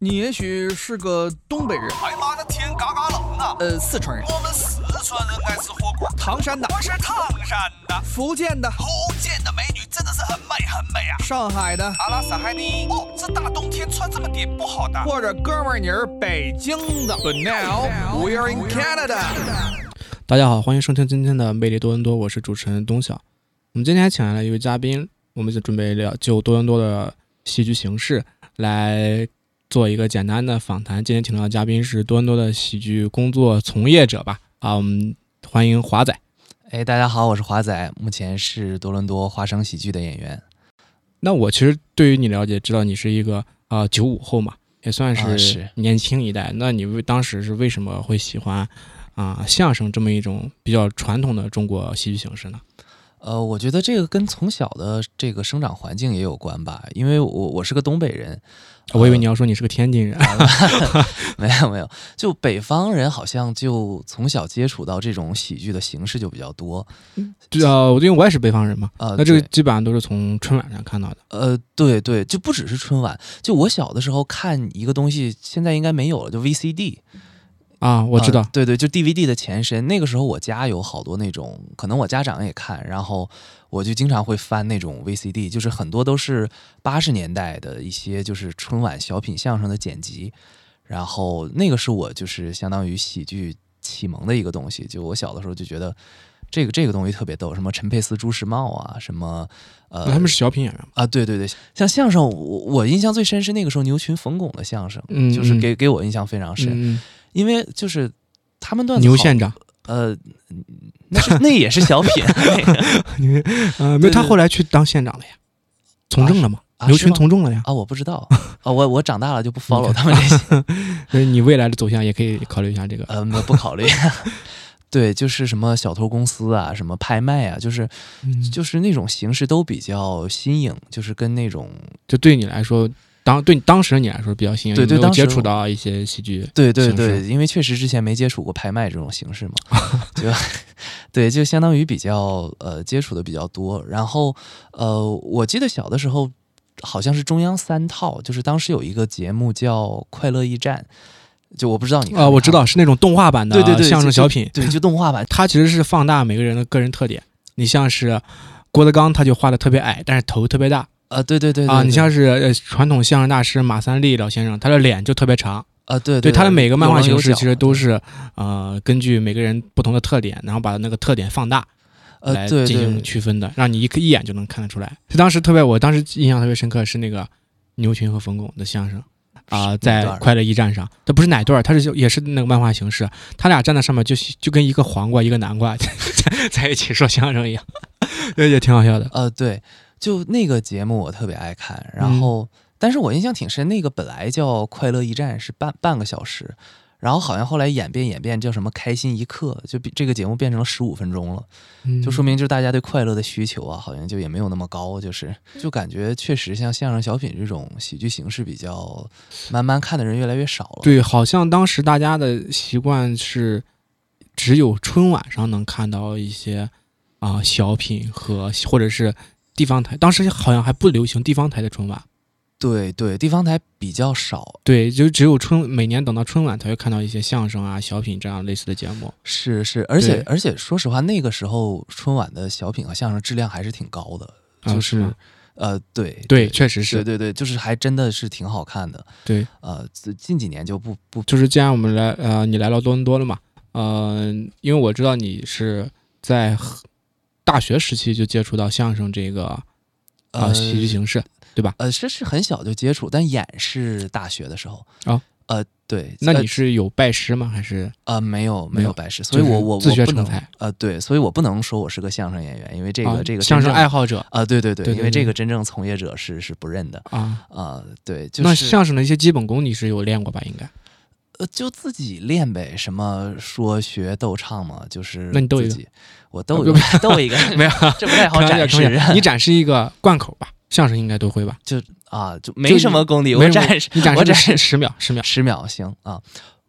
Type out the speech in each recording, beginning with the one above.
你也许是个东北人。 哎呀妈的，天嘎嘎冷啊！ 四川人。 我们四川人爱吃火锅。 唐山的。 我是唐山的。 福建的。 福建的美女真的是很美很美啊。 上海的。 阿拉斯海尼。哦，这大冬天穿这么点不好的。 或者哥们儿你是北京的。But now we are in Canada。 大家好，欢迎收听今天的魅力多伦多，我是主持人东晓。我们今天请来了一位嘉宾，我们就准备就多伦多的戏剧形式来做一个简单的访谈。今天请到的嘉宾是多伦多的喜剧工作从业者吧？我们欢迎华仔。 大家好，我是华仔，目前是多伦多花生喜剧的演员。 那我其实对于你了解，知道你是一个95后嘛，也算是年轻一代。那你当时是为什么会喜欢相声这么一种比较传统的中国戏剧形式呢？ 我觉得这个跟从小的这个生长环境也有关吧，因为我是个东北人。 我以为你要说你是个天津人。 没有，就北方人好像就从小接触到这种喜剧的形式就比较多。 因为我也是北方人嘛，那这个基本上都是从春晚上看到的。 对，就不只是春晚，就我小的时候看一个东西，现在应该没有了，就 VCD。 我知道， 对，就 DVD 的前身。那个时候我家有好多那种，可能我家长也看，然后我就经常会翻那种 VCD， 就是很多都是80年代的一些就是春晚小品相声的剪辑，然后那个是我就是相当于喜剧启蒙的一个东西。就我小的时候就觉得这个东西特别逗，什么陈佩斯、朱时茂啊，什么他们是小品演员啊，对，像相声我印象最深是那个时候牛群、冯巩的相声，就是给我印象非常深。因为就是他们段子牛县长， 那也是小品。 没有，他后来去当县长了呀，从政了嘛，牛群从政了呀。 我不知道我长大了就不 follow 他们这些。 所以你未来的走向也可以考虑一下这个。 不考虑。对，就是什么小偷公司啊，什么拍卖啊，就是那种形式都比较新颖，就是跟那种就对你来说。对当时你来说比较新颖， 对， 没有接触到一些喜剧。 对，因为确实之前没接触过拍卖这种形式嘛，就相当于比较接触的比较多。然后我记得小的时候好像是中央3套，就是当时有一个节目叫《快乐驿站》，就我不知道你看我知道是那种动画版的相声小品， 对，就动画版， 它其实是放大每个人的个人特点。你像是郭德纲，他就画的特别矮，但是头特别大。 对， 你像是传统相声大师马三立老先生，他的脸就特别长。 对， 他的每个漫画形式其实都是根据每个人不同的特点，然后把那个特点放大来进行区分的，让你一眼就能看得出来。我当时印象特别深刻是那个牛群和冯巩的相声在快乐驿站上，这不是哪段，他也是那个漫画形式，他俩站在上面就跟一个黄瓜一个南瓜在一起说相声一样，也挺好笑的。 对。就那个节目我特别爱看，然后但是我印象挺深，那个本来叫快乐驿站是半个小时，然后好像后来演变叫什么开心一刻，就这个节目变成了15分钟了，就说明就是大家对快乐的需求好像就也没有那么高，就感觉确实像相声小品这种喜剧形式比较慢慢看的人越来越少了。 对，好像当时大家的习惯是只有春晚上能看到一些小品或者是地方台，当时好像还不流行地方台的春晚。 对，地方台比较少。 对，就只有每年等到春晚才会看到一些相声小品这样类似的节目。 是，而且说实话，那个时候春晚的小品和相声质量还是挺高的，就是对，确实是， 对，就是还真的是挺好看的。 对， 近几年就不就是既然我们你来到多伦多了嘛，因为我知道你是在大学时期就接触到相声这个喜剧形式，对吧？ 是很小就接触，但演是大学的时候。对。 那你是有拜师吗？还是没有拜师，所以我自学成才。 对，所以我不能说我是个相声演员，因为这个相声爱好者对，因为这个真正从业者是不认的对。 那相声的一些基本功你是有练过吧？应该。 就自己练呗，什么说学逗唱嘛，就是那你逗一个， 我逗一个，没有，这不太好展示。 你展示一个贯口吧，相声应该都会吧？ 就没什么功底，我展示 10秒， 行啊。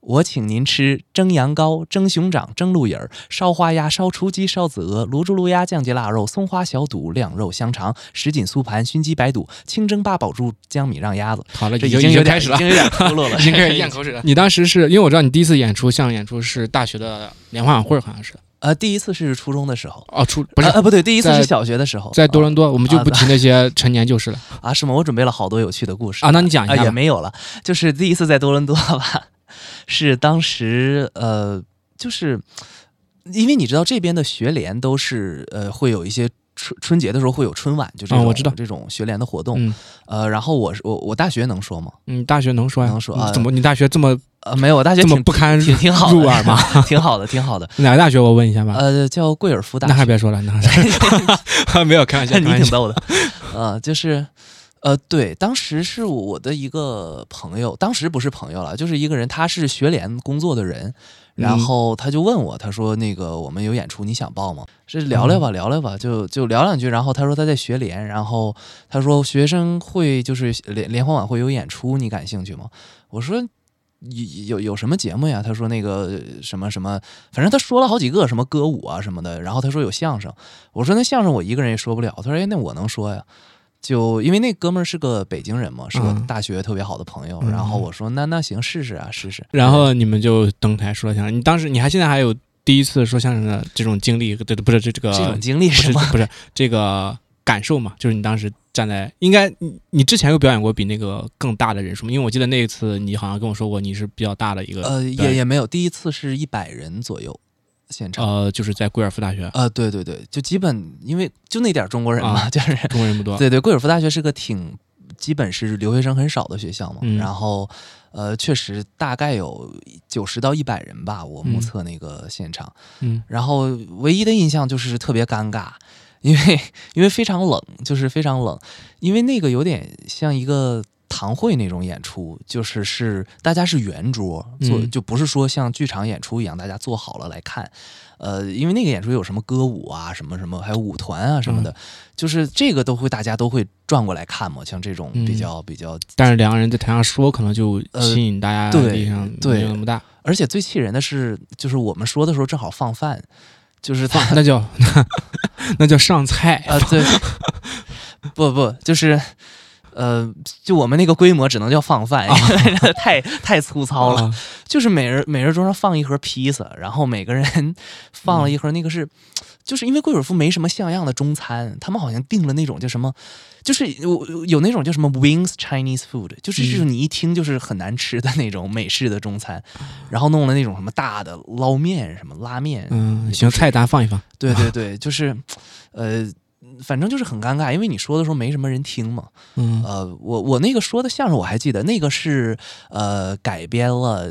我请您吃蒸羊羔、蒸熊掌、蒸鹿眼、烧花鸭、烧雏鸡、烧子鹅、卤猪卤鸭、酱鸡腊肉、松花小肚、晾肉香肠、什锦酥盘、熏鸡白肚、清蒸八宝猪、江米让鸭子。 好了， 这已经开始了， 已经有点秃噜了， 已经开始咽口水了。你当时是因为我知道你第一次演出相声演出是大学的联欢晚会，好像是。 第一次是初中的时候。 哦，不是不对，第一次是小学的时候， 在多伦多，我们就不提那些陈年旧事了。 啊，是吗？我准备了好多有趣的故事啊，那你讲一下吧。 也没有了，就是第一次在多伦多吧。是当时就是因为你知道这边的学联都是会有一些春节的时候会有春晚，就这种、 我知道这种学联的活动。然后我大学能说吗？ 大学能说呀？ 能说怎么你大学这么没有？我大学这么不堪挺好入耳吗？ 挺好的，挺好的。 哪个大学？我问一下吧。 叫贵尔夫大学。 那还别说了，那没有开玩笑， 你挺逗的。就是对，当时是我的一个朋友，当时不是朋友了，就是一个人，他是学联工作的人，然后他就问我，他说那个我们有演出，你想报吗？是聊聊吧，聊聊吧，就聊两句。然后他说他在学联，然后他说学生会就是联欢晚会有演出，你感兴趣吗？我说有什么节目呀？他说那个什么什么，反正他说了好几个什么歌舞啊什么的。然后他说有相声，我说那相声我一个人也说不了。他说那我能说呀。就因为那哥们儿是个北京人嘛，是我大学特别好的朋友。然后我说那行试试啊，试试。 然后你们就登台说了相声。你当时现在还有第一次说相声的这种经历？不是这种经历是吗？ 不是这个感受嘛？就是你当时站在，应该你之前有表演过比那个更大的人数吗？因为我记得那一次你好像跟我说过你是比较大的一个。 也没有，第一次是100人左右。现场就是在贵尔夫大学对，就基本因为就那点中国人嘛，就是中国人不多。 对，贵尔夫大学是个基本是留学生很少的学校嘛。然后确实大概有90到100人吧，我目测那个现场。然后唯一的印象就是特别尴尬，因为非常冷，就是非常冷，因为那个有点像一个堂会那种演出，就是大家是圆桌坐，就不是说像剧场演出一样大家坐好了来看。因为那个演出有什么歌舞啊，什么什么，还有舞团啊什么的，就是这个大家都会转过来看嘛。像这种比较， 但是两个人在台上说，可能就吸引大家力上没有那么大。 而且最气人的是，就是我们说的时候正好放饭，就是那叫上菜对，不就是。就我们那个规模只能叫放饭，太粗糙了。就是每人桌上放一盒披萨，然后每个人放了一盒那个是，就是因为贵尔夫没什么像样的中餐，他们好像订了那种叫什么，就是有那种叫什么 Wings Chinese Food， 就是你一听就是很难吃的那种美式的中餐，然后弄了那种什么大的捞面什么拉面。 行，菜单放一放。 对，就是反正就是很尴尬，因为你说的时候没什么人听嘛。我那个说的相声我还记得，那个是改编了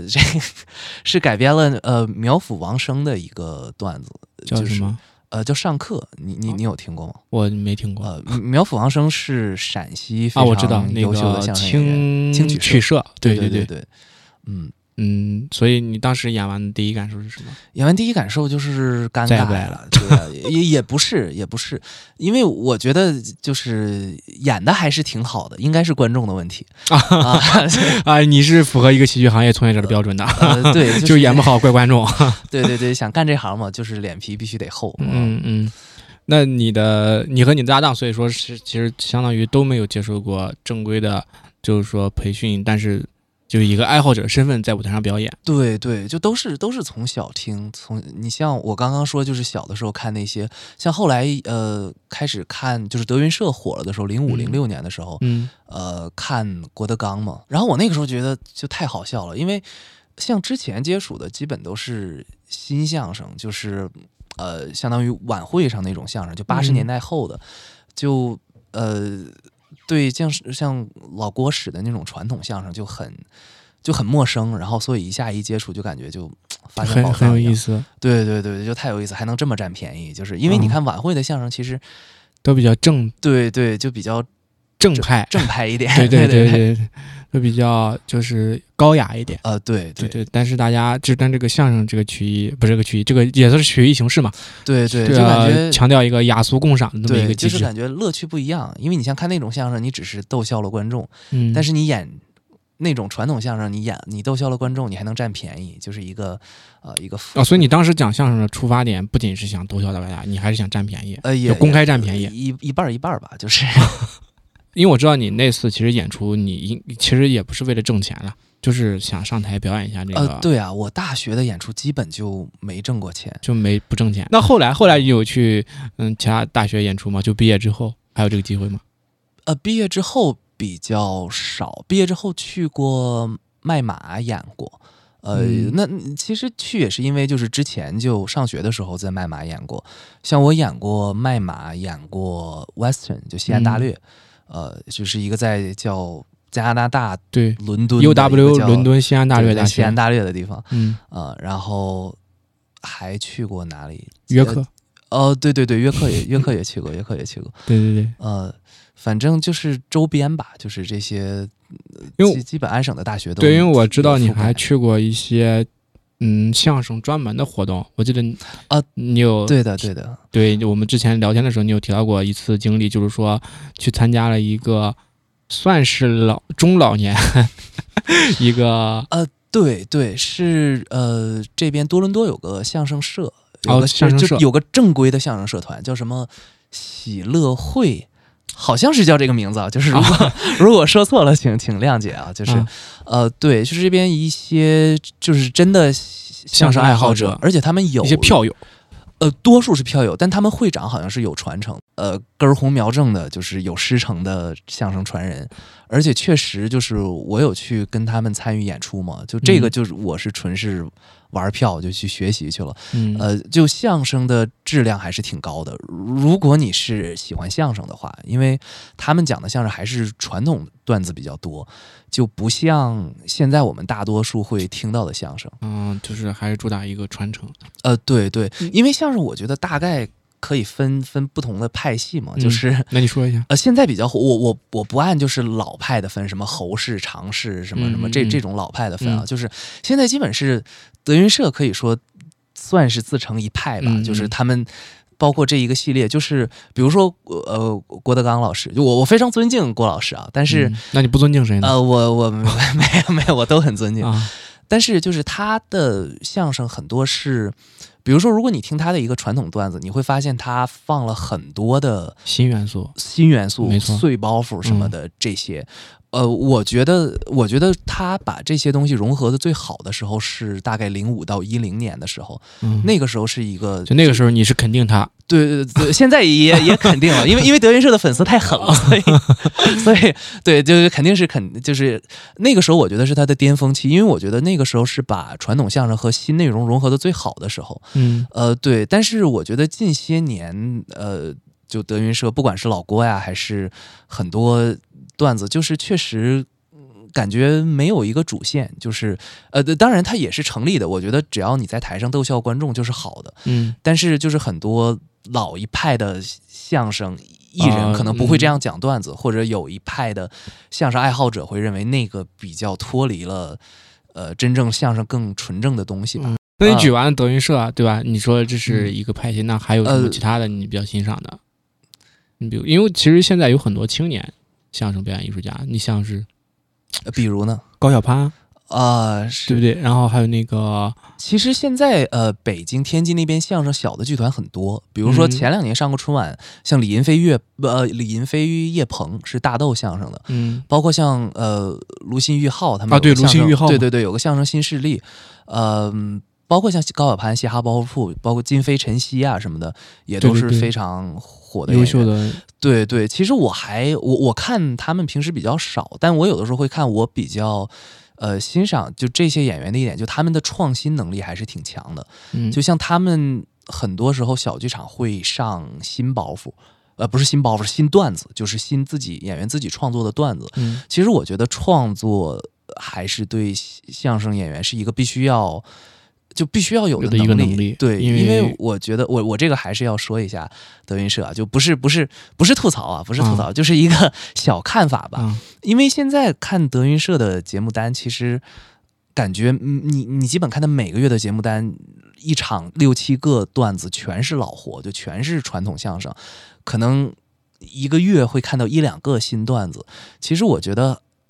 苗阜王声的一个段子， 叫什么？ 叫上课。你有听过吗？ 我没听过。 苗阜王声是陕西非常优秀的相声演员， 青曲社。对，所以你当时演完的第一感受是什么？ 演完第一感受就是尴尬了，对，也不是，因为我觉得就是演的还是挺好的，应该是观众的问题你是符合一个喜剧行业从业者的标准的。 对， 就演不好怪观众。 对，想干这行嘛，就是脸皮必须得厚。 那你和你的搭档，所以说是其实相当于都没有接受过正规的，就是说培训，但是。就一个爱好者身份在舞台上表演。对， 就都是从小听，你像我刚刚说，就是小的时候看那些，像后来开始看，就是德云社火了的时候，05、06年的时候，看郭德纲嘛。然后我那个时候觉得就太好笑了，因为像之前接触的基本都是新相声，就是相当于晚会上那种相声，就80年代后的，就对，像老郭使的那种传统相声就很陌生，然后所以一接触就感觉就发现宝藏很有意思。 对，就太有意思，还能这么占便宜，就是因为你看晚会的相声其实都比较正， 对，就比较正派一点， 对，都比较就是高雅一点。 对， 但是大家但这个相声这个曲艺不是这个曲艺，这个也是曲艺形式嘛。对， 就感觉强调一个雅俗共赏的这么一个机制， 就是感觉乐趣不一样。因为你像看那种相声，你只是逗笑了观众，但是你演那种传统相声，你逗笑了观众，你还能占便宜，就是一个所以你当时讲相声的出发点不仅是想逗笑大家，你还是想占便宜， 也公开占便宜， 一半一半吧，就是。 因为我知道你那次其实演出，你其实也不是为了挣钱了，就是想上台表演一下这个。 对啊，我大学的演出基本就没挣过钱， 就不挣钱。那后来你有去其他大学演出吗？就毕业之后还有这个机会吗？ 毕业之后比较少，毕业之后去过麦马演过。那其实去也是因为就是之前就上学的时候在麦马演过，像我演过麦马，演过 Western 就西安大略。就是一个在叫加拿大对伦敦 UW 伦敦西安大略西安大略的地方，然后还去过哪里？ 约克， 对，约克也去过， 对， 反正就是周边吧，就是这些， 因为基本安省的大学都对，因为我知道你还去过一些。相声专门的活动，我记得你有对的， 对我们之前聊天的时候，你有提到过一次经历，就是说去参加了一个算是中老年一个对是这边多伦多有个相声社， 相声社有个正规的相声社团，叫什么喜乐会。好像是叫这个名字啊，就是如果说错了，请谅解啊。就是对，就是这边一些就是真的相声爱好者，而且他们有一些票友， 多数是票友，但他们会长好像是有传承，根红苗正的，就是有师承的相声传人，而且确实就是我有去跟他们参与演出嘛，就这个就是我是纯是玩票就去学习去了，就相声的质量还是挺高的。如果你是喜欢相声的话，因为他们讲的相声还是传统段子比较多，就不像现在我们大多数会听到的相声。 就是还是主打一个传承。 对，因为相声我觉得大概可以分不同的派系嘛，就是那你说一下。 现在比较我不按就是老派的分，什么侯氏、常氏什么什么这种老派的分啊，就是现在基本是德云社可以说算是自成一派吧，就是他们。包括这一个系列，就是比如说郭德纲老师，就我非常尊敬郭老师啊，但是那你不尊敬谁呢？ 我没有，我都很尊敬。但是就是他的相声很多是，比如说如果你听他的一个传统段子，你会发现他放了很多的新元素、 碎包袱什么的这些。我觉得他把这些东西融合的最好的时候是大概05到10年的时候，那个时候是一个， 就那个时候你是肯定他， 对，现在也肯定了，因为德云社的粉丝太狠了，所以对，就是肯定是就是那个时候我觉得是他的巅峰期，因为我觉得那个时候是把传统相声和新内容融合的最好的时候，对，但是我觉得近些年就德云社不管是老郭呀还是很多段子，就是确实感觉没有一个主线，就是当然它也是成立的，我觉得只要你在台上逗笑观众就是好的，但是就是很多老一派的相声艺人可能不会这样讲段子，或者有一派的相声爱好者会认为那个比较脱离了真正相声更纯正的东西吧。 那你举完了德云社对吧？你说这是一个派系，那还有什么其他的你比较欣赏的？你比如，因为其实现在有很多青年相声表演艺术家，你像是， 比如呢， 高晓攀对不对？然后还有那个， 其实现在北京、天津那边相声小的剧团很多，比如说前2年上过春晚，像李云飞、叶鹏是大豆相声的，包括像卢鑫、玉浩他们对，卢鑫、玉浩， 对，有个相声新势力，包括像高晓攀、嘻哈包袱铺，包括金飞、陈曦啊什么的，也都是非常火的优秀的。 对，其实我看他们平时比较少，但我有的时候会看，我比较欣赏就这些演员的一点，就他们的创新能力还是挺强的。就像他们很多时候小剧场会上新包袱。不是新包袱，新段子，就是演员自己创作的段子。其实我觉得创作还是对相声演员是一个必须要有的一个能力。 对，因为我觉得我这个还是要说一下德云社啊，就不是吐槽啊，不是吐槽，就是一个小看法吧。因为现在看德云社的节目单，其实感觉你基本看的每个月的节目单，一场6、7个段子全是老活，就全是传统相声，可能一个月会看到1、2个新段子。其实我觉得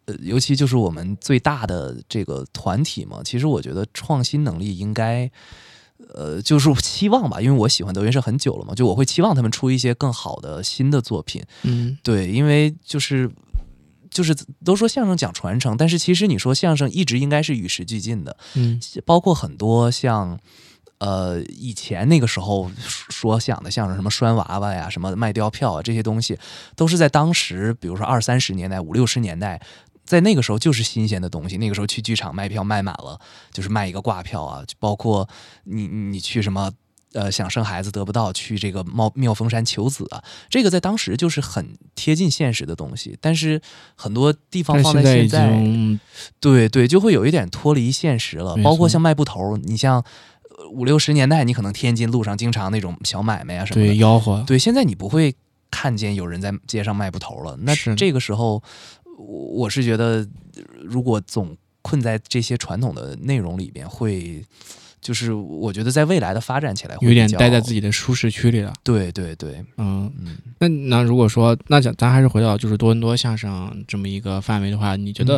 尤其就是我们最大的这个团体嘛，其实我觉得创新能力应该。就是期望吧，因为我喜欢德云社很久了嘛，就我会期望他们出一些更好的新的作品。对，因为就是都说相声讲传承，但是其实你说相声一直应该是与时俱进的。包括很多像以前那个时候说想的相声，什么拴娃娃呀，什么卖雕票啊，这些东西都是在当时，比如说20、30年代、50、60年代。在那个时候就是新鲜的东西，那个时候去剧场卖票卖满了，就是卖一个挂票啊，包括你去什么想生孩子得不到，去这个妙峰山求子啊，这个在当时就是很贴近现实的东西，但是很多地方放在现在对，就会有一点脱离现实了。包括像卖布头，你像50、60年代，你可能天津路上经常那种小买卖啊什么的， 对，吆喝， 对，现在你不会看见有人在街上卖布头了。那这个时候。我是觉得，如果总困在这些传统的内容里边，会就是我觉得在未来的发展起来会有点待在自己的舒适区里了。 对， 那如果说咱还是回到就是多伦多相声这么一个范围的话，你觉得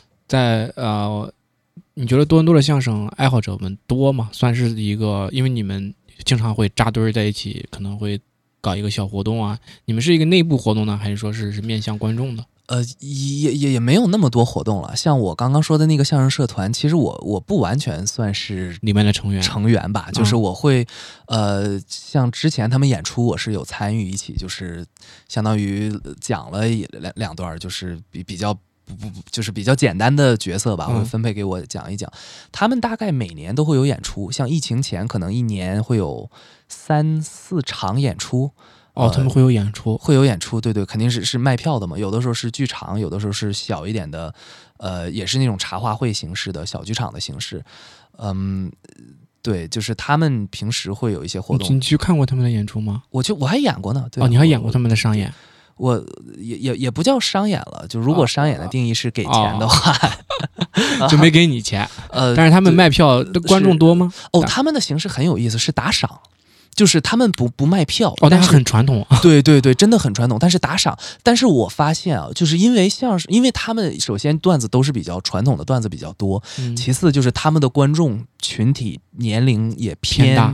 你觉得多伦多的相声爱好者们多吗？算是一个，因为你们经常会扎堆在一起，可能会搞一个小活动啊。你们是一个内部活动呢，还是说是面向观众的？ 也没有那么多活动了。像我刚刚说的那个相声社团，其实我不完全算是里面的成员吧，就是我会像之前他们演出，我是有参与一起，就是相当于讲了两段，就是比较就是比较简单的角色吧，会分配给我讲一讲。他们大概每年都会有演出，像疫情前可能一年会有3、4场演出。 他们会有演出， 对，肯定是卖票的嘛。有的时候是剧场，有的时候是小一点的，也是那种茶话会形式的小剧场的形式。对，就是他们平时会有一些活动。 你去看过他们的演出吗？ 我还演过呢。对， 你还演过他们的商演？ 我也不叫商演了，就如果商演的定义是给钱的话， 就没给你钱。但是他们卖票的观众多吗？ 他们的形式很有意思，是打赏。就是他们不卖票， 但是很传统。 对，真的很传统。但是打赏，但是我发现啊，就是因为他们首先段子都是比较传统的段子比较多，其次就是他们的观众群体年龄也偏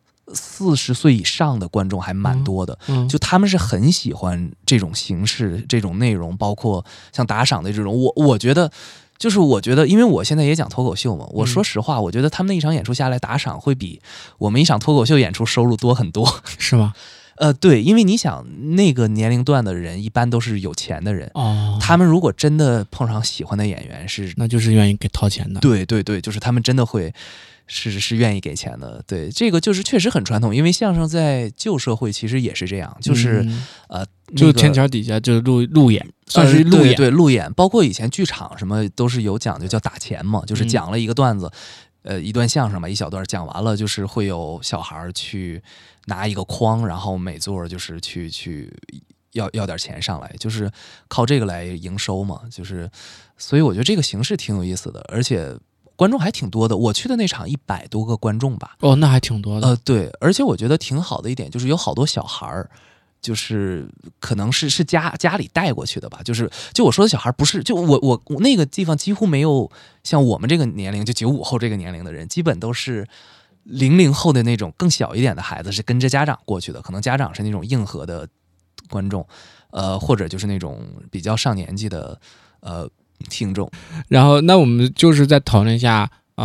40岁以上的观众还蛮多的，就他们是很喜欢这种形式、这种内容，包括像打赏的这种。我觉得，因为我现在也讲脱口秀嘛，我说实话，我觉得他们那一场演出下来打赏会比我们一场脱口秀演出收入多很多， 是吗？ 对，因为你想那个年龄段的人一般都是有钱的人，他们如果真的碰上喜欢的演员那就是愿意给掏钱的。 对，就是他们真的会是愿意给钱的。对，这个就是确实很传统，因为相声在旧社会其实也是这样，就是就天桥底下就路演，算是路演。 对，路演，包括以前剧场什么都是有讲究叫打钱嘛，就是讲了一个段子，一段相声嘛，一小段讲完了，就是会有小孩去拿一个筐，然后每座就是去要点钱上来，就是靠这个来营收嘛，就是所以我觉得这个形式挺有意思的，而且观众还挺多的。我去的那场100多个观众吧。 那还挺多的。 对，而且我觉得挺好的一点就是有好多小孩儿。就是可能是家里带过去的吧，就我说的小孩不是，就我那个地方几乎没有像我们这个年龄，就95后这个年龄的人，基本都是00后的那种更小一点的孩子，是跟着家长过去的，可能家长是那种硬核的观众，或者就是那种比较上年纪的听众。 然后那我们就是再讨论一下，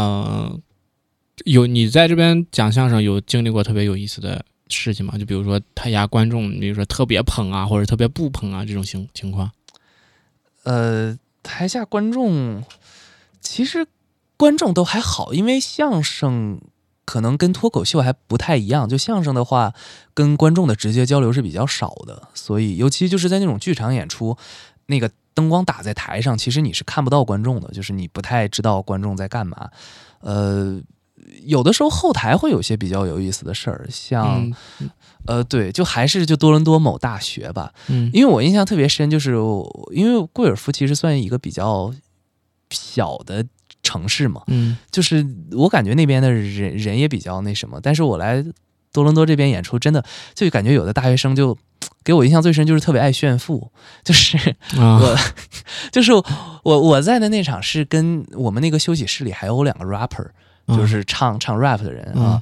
你在这边讲相声有经历过特别有意思的事情吗？就比如说台下观众，比如说特别捧啊，或者特别不捧啊这种情况。 台下观众其实观众都还好，因为相声可能跟脱口秀还不太一样，就相声的话跟观众的直接交流是比较少的，所以尤其就是在那种剧场演出，那个灯光打在台上，其实你是看不到观众的，就是你不太知道观众在干嘛。有的时候后台会有些比较有意思的事儿，像对，就还是就多伦多某大学吧，因为我印象特别深，就是因为贵尔夫其实算一个比较小的城市嘛，就是我感觉那边的人也比较那什么，但是我来多伦多这边演出，真的就感觉有的大学生就给我印象最深就是特别爱炫富，就是我在的那场是跟我们那个休息室里还有2个 rapper，就是唱 rap 的人啊，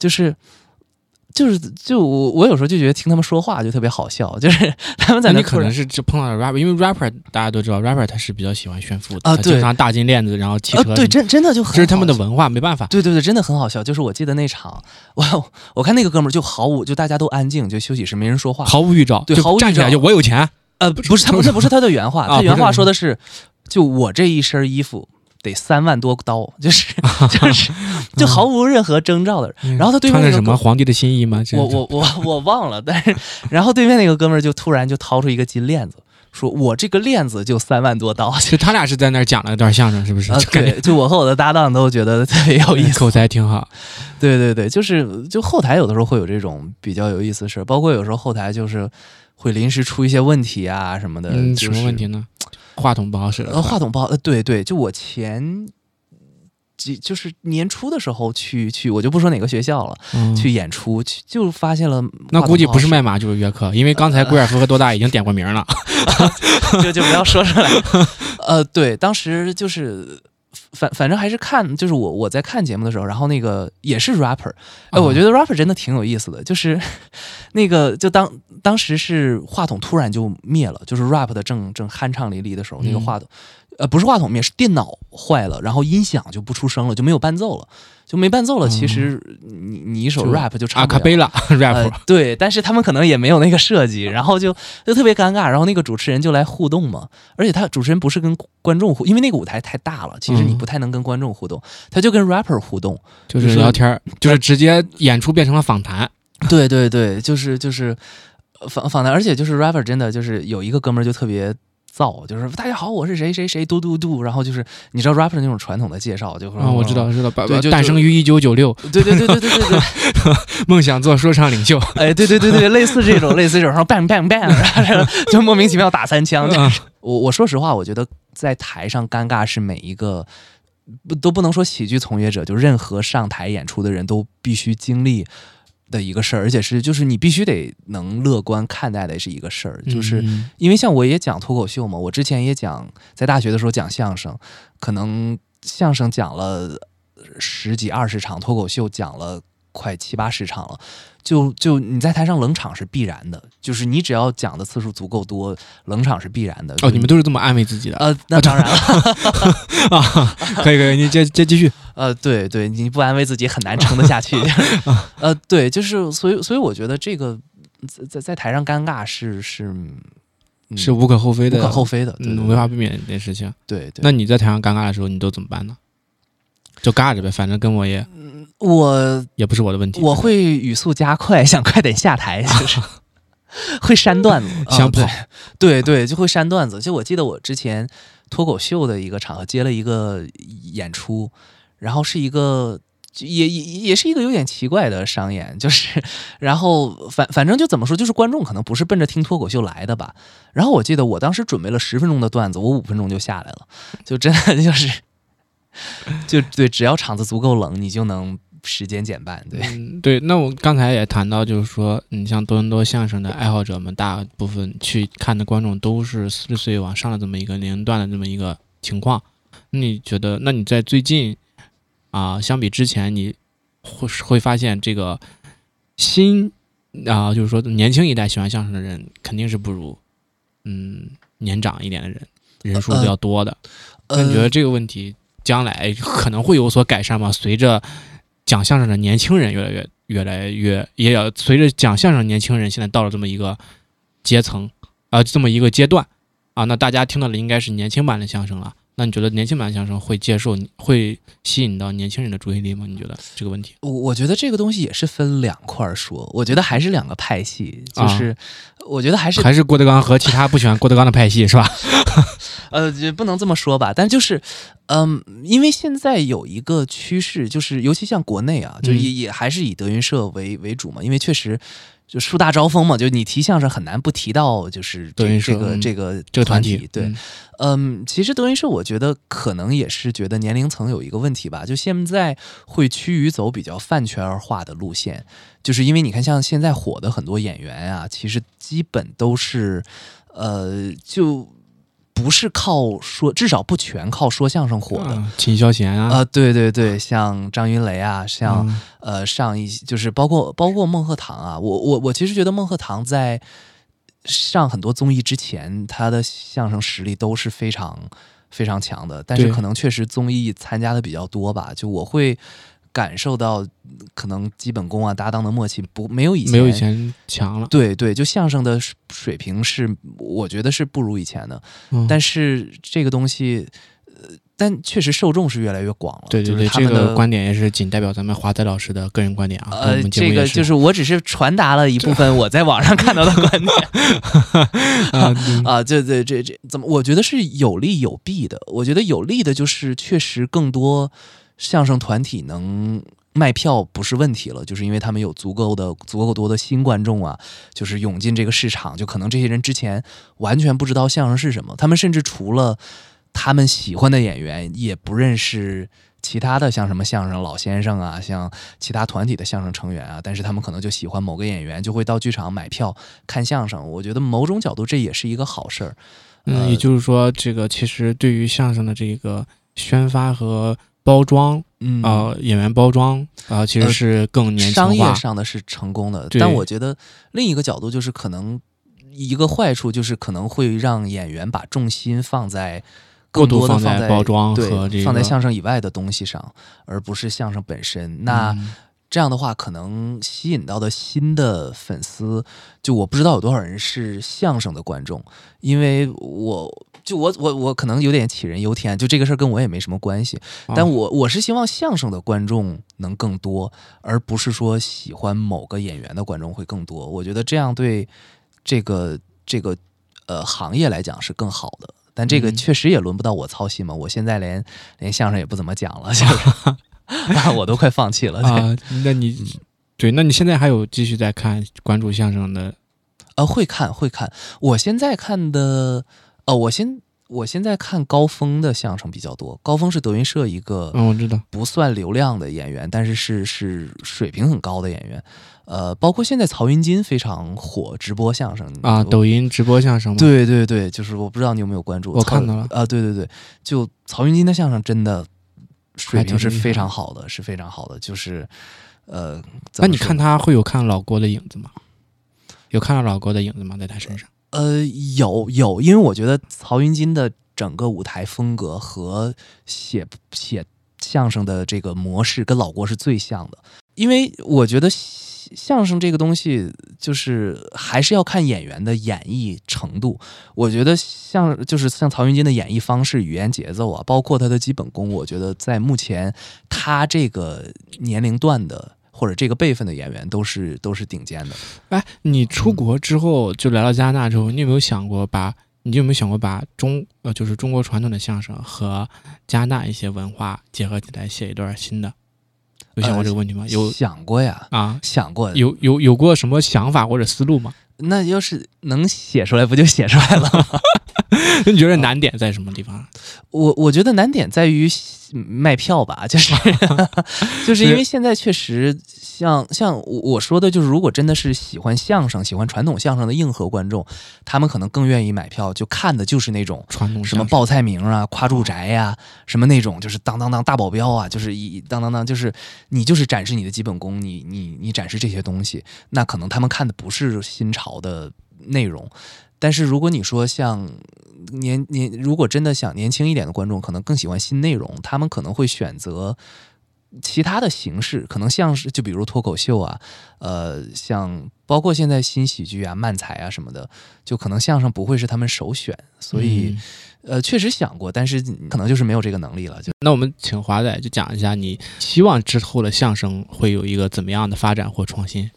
就我有时候就觉得听他们说话就特别好笑，就是他们在那可能是就碰到了 rapper， 因为 rapper 大家都知道 rapper 他是比较喜欢炫富的啊，经常大金链子，然后汽车对，真的就很好笑， 这是他们的文化，没办法。 对，真的很好笑。就是我记得那场，我看那个哥们儿就毫无，就大家都安静，就休息室没人说话， 毫无预兆， 对，毫无预兆， 站起来就我有钱。 不是他，那不是他的原话，他原话说的是，就我这一身衣服。得3万多刀，就毫无任何征兆的。然后他对面穿着什么皇帝的新衣吗？ 我忘了，但是然后对面那个哥们儿就突然就掏出一个金链子，说我这个链子就3万多刀。 就他俩是在那儿讲了一段相声，是不是？ 对，就我和我的搭档都觉得特别有意思， 口才挺好。 对，就后台有的时候会有这种比较有意思的事，包括有时候后台就是会临时出一些问题啊什么的。 什么问题呢？话筒不好使了， 话筒不好，对，就我就是年初的时候去，我就不说哪个学校了，去演出，就发现了。 那估计不是麦马就是约克，因为刚才贵尔夫和多大已经点过名了， 就不要说出来。对，当时就是反正还是看，就是我在看节目的时候，然后那个也是 rapper，我觉得 rapper 真的挺有意思的，就是那个就当时是话筒突然就灭了，就是 rap 的正酣畅淋漓的时候，那个话筒。不是话筒灭，是电脑坏了，然后音响就不出声了，就没有伴奏了，其实你一首 rap 就唱不了， 阿卡贝拉 rap， 对，但是他们可能也没有那个设计，然后就特别尴尬。然后那个主持人就来互动嘛，而且主持人不是跟观众因为那个舞台太大了，其实你不太能跟观众互动，他就跟 rapper 互动， 就是聊天，就是直接演出变成了访谈。 对，就是访谈，而且就是 rapper 真的就是有一个哥们儿就特别。就是大家好，我是谁，嘟，然后就是你知道 rapper 那种传统的介绍，就我知道，诞生于1996， 对， 梦想做说唱领袖， 哎，对，类似这种，然后 bang，然后就莫名其妙打3枪。我说实话，我觉得在台上尴尬是每一个都不能说喜剧从业者，就任何上台演出的人都必须经历。的一个事儿，而且就是你必须得能乐观看待的是一个事儿，就是因为像我也讲脱口秀嘛，我之前也讲在大学的时候讲相声，可能相声讲了10几20场，脱口秀讲了快70、80场了，就你在台上冷场是必然的，就是你只要讲的次数足够多，冷场是必然的。 你们都是这么安慰自己的？ 那当然了啊，可以，你继续。 对，你不安慰自己很难撑得下去。对，就是所以我觉得这个在台上尴尬是无可厚非的， 对， 没法避免的事情。 对。 那你在台上尴尬的时候，你都怎么办呢？就尬着呗，反正跟我也不是我的问题。 我会语速加快，想快点下台，就是会删段子， 想跑。 对，就会删段子。就我记得我之前脱口秀的一个场合接了一个演出，然后是一个也是一个有点奇怪的商演，就是然后反正就怎么说，就是观众可能不是奔着听脱口秀来的吧。然后我记得我当时准备了10分钟的段子，我5分钟就下来了，就真的就对，只要场子足够冷，你就能时间减半。 对，那我刚才也谈到，就是说，你像多伦多相声的爱好者们，大部分去看的观众都是40岁往上的这么一个年龄段的这么一个情况。你觉得，那你在最近相比之前，你会发现这个就是说年轻一代喜欢相声的人，肯定是不如年长一点的人数比较多的。那你觉得这个问题将来可能会有所改善吗？随着讲相声的年轻人越来越，也要随着讲相声的年轻人现在到了这么一个阶层这么一个阶段那大家听到的应该是年轻版的相声了。那你觉得年轻版的相声会吸引到年轻人的注意力吗？你觉得这个问题？ 我觉得这个东西也是分2块说，我觉得还是2个派系，就是我觉得还是郭德纲和其他不喜欢郭德纲的派系是吧？ 不能这么说吧，但就是因为现在有一个趋势，就是尤其像国内啊，就也还是以德云社为主嘛，因为确实就树大招风嘛，就你提相声很难不提到就是德云社这个团体。 对，其实德云社我觉得可能也是觉得年龄层有一个问题吧，就现在会趋于走比较饭圈化的路线，就是因为你看像现在火的很多演员啊，其实基本都是就不是靠说，至少不全靠说相声火的， 秦霄贤啊， 对对对，像张云雷啊，像上一就是包括孟鹤堂啊，我其实觉得孟鹤堂在上很多综艺之前，他的相声实力都是非常非常强的，但是可能确实综艺参加的比较多吧，就我会感受到可能基本功啊搭档的默契没有以前强了。 对对，就相声的水平是我觉得是不如以前的，但是这个东西但确实受众是越来越广了。 对对对，这个观点也是仅代表咱们华仔老师的个人观点啊。 这个就是我只是传达了一部分我在网上看到的观点这怎么？我觉得是有利有弊的。我觉得有利的就是确实更多相声团体能卖票不是问题了，就是因为他们有足够多的新观众啊，就是涌进这个市场，就可能这些人之前完全不知道相声是什么，他们甚至除了他们喜欢的演员也不认识其他的像什么相声老先生啊，像其他团体的相声成员啊，但是他们可能就喜欢某个演员，就会到剧场买票看相声。我觉得某种角度这也是一个好事儿。 也就是说这个其实对于相声的这个宣发和包装，演员包装其实是更年轻化， 商业上的是成功的。但我觉得另一个角度就是可能一个坏处就是可能会让演员把重心放在更多的放在包装和放在相声以外的东西上，而不是相声本身。那这样的话可能吸引到的新的粉丝，就我不知道有多少人是相声的观众，因为我可能有点杞人忧天，就这个事儿跟我也没什么关系，但我是希望相声的观众能更多，而不是说喜欢某个演员的观众会更多。我觉得这样对这个行业来讲是更好的，但这个确实也轮不到我操心嘛。我现在连相声也不怎么讲了，就是我都快放弃了啊。那你现在还有继续在关注相声的？ 会看。我现在看的我现在看高峰的相声比较多。高峰是德云社一个我知道不算流量的演员，但是是水平很高的演员。包括现在曹云金非常火，直播相声啊，抖音直播相声吗？ 对对对，就是我不知道你有没有关注， 我看到了对对对，就曹云金的相声真的水平是非常好的，是非常好的。就是那你看他会有看老郭的影子吗？有看到老郭的影子吗？在他身上？ 有，因为我觉得曹云金的整个舞台风格和写相声的这个模式跟老郭是最像的。因为我觉得相声这个东西就是还是要看演员的演绎程度。我觉得像曹云金的演绎方式、语言节奏啊，包括他的基本功，我觉得在目前他这个年龄段的或者这个辈分的演员都是顶尖的。 哎，你出国之后就来到加拿大之后，你有没有想过把就是中国传统的相声和加拿大一些文化结合起来写一段新的？有想过这个问题吗？有想过呀，想过。 有过什么想法或者思路吗？ 那要是能写出来，不就写出来了吗？ 你觉得难点在什么地方？ 我觉得难点在于卖票吧，就是因为现在确实像我说的，就是如果真的是喜欢相声、喜欢传统相声的硬核观众，他们可能更愿意买票，就看的就是那种传统什么报菜名啊、夸住宅呀、什么那种，就是当当当大保镖啊，就是当当当，就是你就是展示你的基本功，你展示这些东西，那可能他们看的不是新潮的内容。但是如果你说像如果真的想年轻一点的观众，可能更喜欢新内容，他们可能会选择其他的形式，可能像是就比如脱口秀啊，像包括现在新喜剧啊、漫才啊什么的，就可能相声不会是他们首选，所以确实想过，但是可能就是没有这个能力了。 那我们请华仔就讲一下，你希望之后的相声会有一个怎么样的发展或创新？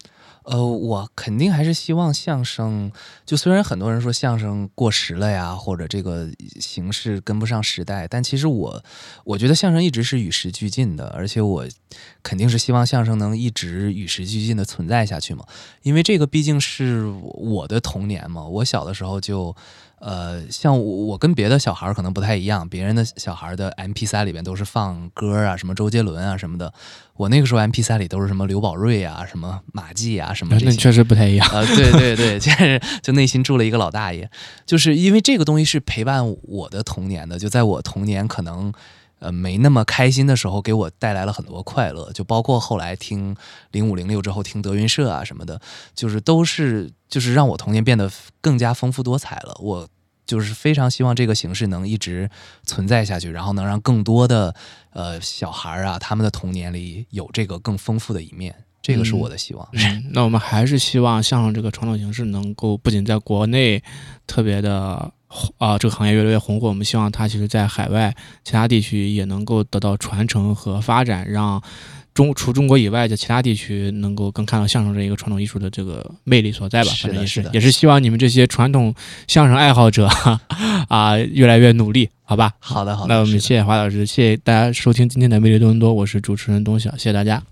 我肯定还是希望相声，就虽然很多人说相声过时了呀，或者这个形式跟不上时代，但其实我觉得相声一直是与时俱进的，而且我肯定是希望相声能一直与时俱进的存在下去嘛，因为这个毕竟是我的童年嘛，我小的时候就。像我跟别的小孩可能不太一样，别人的小孩的 MP3 里边都是放歌啊，什么周杰伦啊什么的。我那个时候 MP3 里都是什么刘宝瑞啊，什么马季啊，什么这些。 那确实不太一样。 对对对，就内心住了一个老大爷，就是因为这个东西是陪伴我的童年的，就在我童年可能。没那么开心的时候，给我带来了很多快乐，就包括后来听0506之后听德云社啊什么的，就是让我童年变得更加丰富多彩了。我就是非常希望这个形式能一直存在下去，然后能让更多的小孩啊，他们的童年里有这个更丰富的一面。这个是我的希望。 那我们还是希望相声这个传统形式能够不仅在国内特别的这个行业越来越红火，我们希望它其实在海外其他地区也能够得到传承和发展，让除中国以外的其他地区能够更看到相声这一个传统艺术的这个魅力所在吧。反正也是希望你们这些传统相声爱好者越来越努力，好吧？ 好的。 那我们谢谢华老师，谢谢大家收听今天的魅力多伦多，我是主持人东晓，谢谢大家。